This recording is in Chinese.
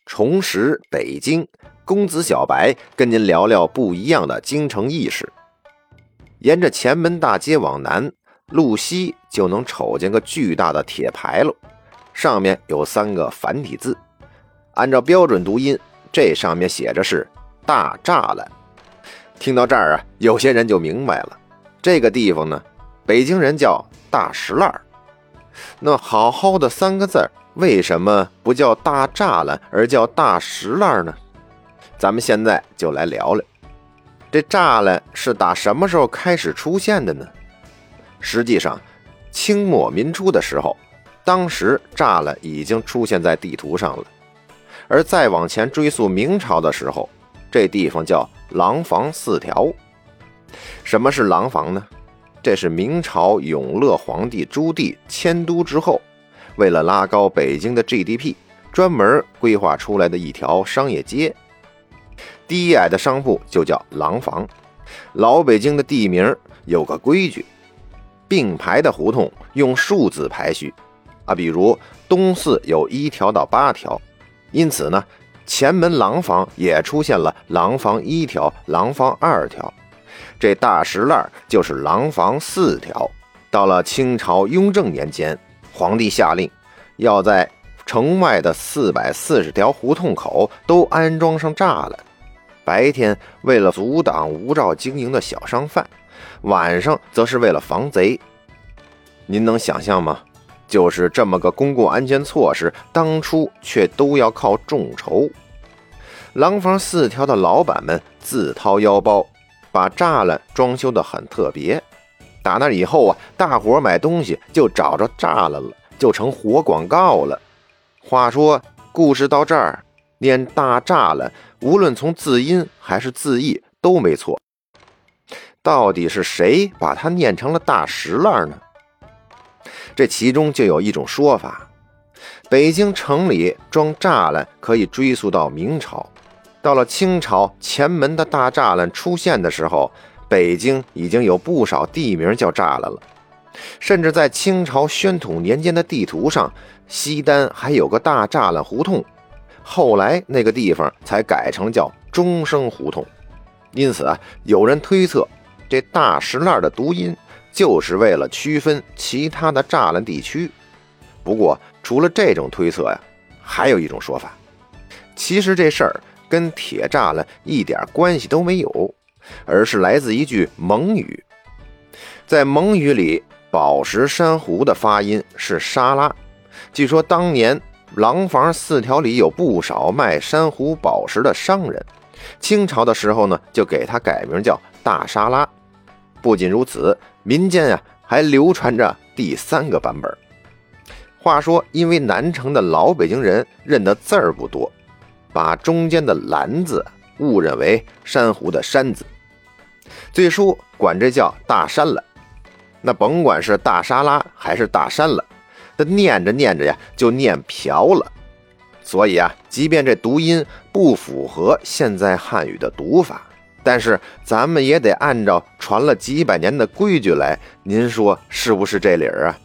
重拾北京，公子小白跟您聊聊不一样的京城轶事。沿着前门大街往南，路西就能瞅见个巨大的铁牌楼，上面有3个繁体字，按照标准读音，这上面写着是大栅栏。听到这儿啊，有些人就明白了，这个地方呢，北京人叫大石栏。那好好的3个字，为什么不叫大栅栏而叫大石栏呢？咱们现在就来聊聊，这栅栏是打什么时候开始出现的呢？实际上，清末民初的时候，当时栅栏已经出现在地图上了。而再往前追溯明朝的时候，这地方叫廊坊4条。什么是廊坊呢？这是明朝永乐皇帝朱棣迁都之后，为了拉高北京的 GDP， 专门规划出来的一条商业街。低矮的商铺就叫廊坊。老北京的地名有个规矩，并排的胡同用数字排序比如东四有1条到8条，因此呢，前门廊坊也出现了廊坊1条、廊坊2条。这大石栏就是廊坊4条。到了清朝雍正年间，皇帝下令要在城外的440条胡同口都安装上栅栏，白天为了阻挡无照经营的小商贩，晚上则是为了防贼。您能想象吗？就是这么个公共安全措施，当初却都要靠众筹。廊坊4条的老板们自掏腰包，把栅栏装修得很特别。打那以后大伙买东西就找着栅栏了，就成活广告了。话说故事到这儿，念大栅栏，无论从字音还是字义都没错。到底是谁把它念成了大石栏呢？这其中就有一种说法，北京城里装栅栏可以追溯到明朝。到了清朝，前门的大栅栏出现的时候，北京已经有不少地名叫栅栏了。甚至在清朝宣统年间的地图上，西单还有个大栅栏胡同，后来那个地方才改成叫中生胡同。因此有人推测这大石栏的读音就是为了区分其他的栅栏地区。不过除了这种推测还有一种说法，其实这事儿跟铁栅栏一点关系都没有，而是来自一句蒙语。在蒙语里，宝石珊瑚的发音是沙拉。据说当年廊坊4条里有不少卖珊瑚宝石的商人，清朝的时候呢，就给它改名叫大沙拉。不仅如此，民间还流传着第3个版本。话说因为南城的老北京人认的字儿不多，把中间的蓝字误认为珊瑚的珊字，最初管这叫大山了。那甭管是大沙拉还是大山了，它念着念着就念瓢了。所以即便这读音不符合现在汉语的读法，但是咱们也得按照传了几百年的规矩来，您说是不是这理儿啊？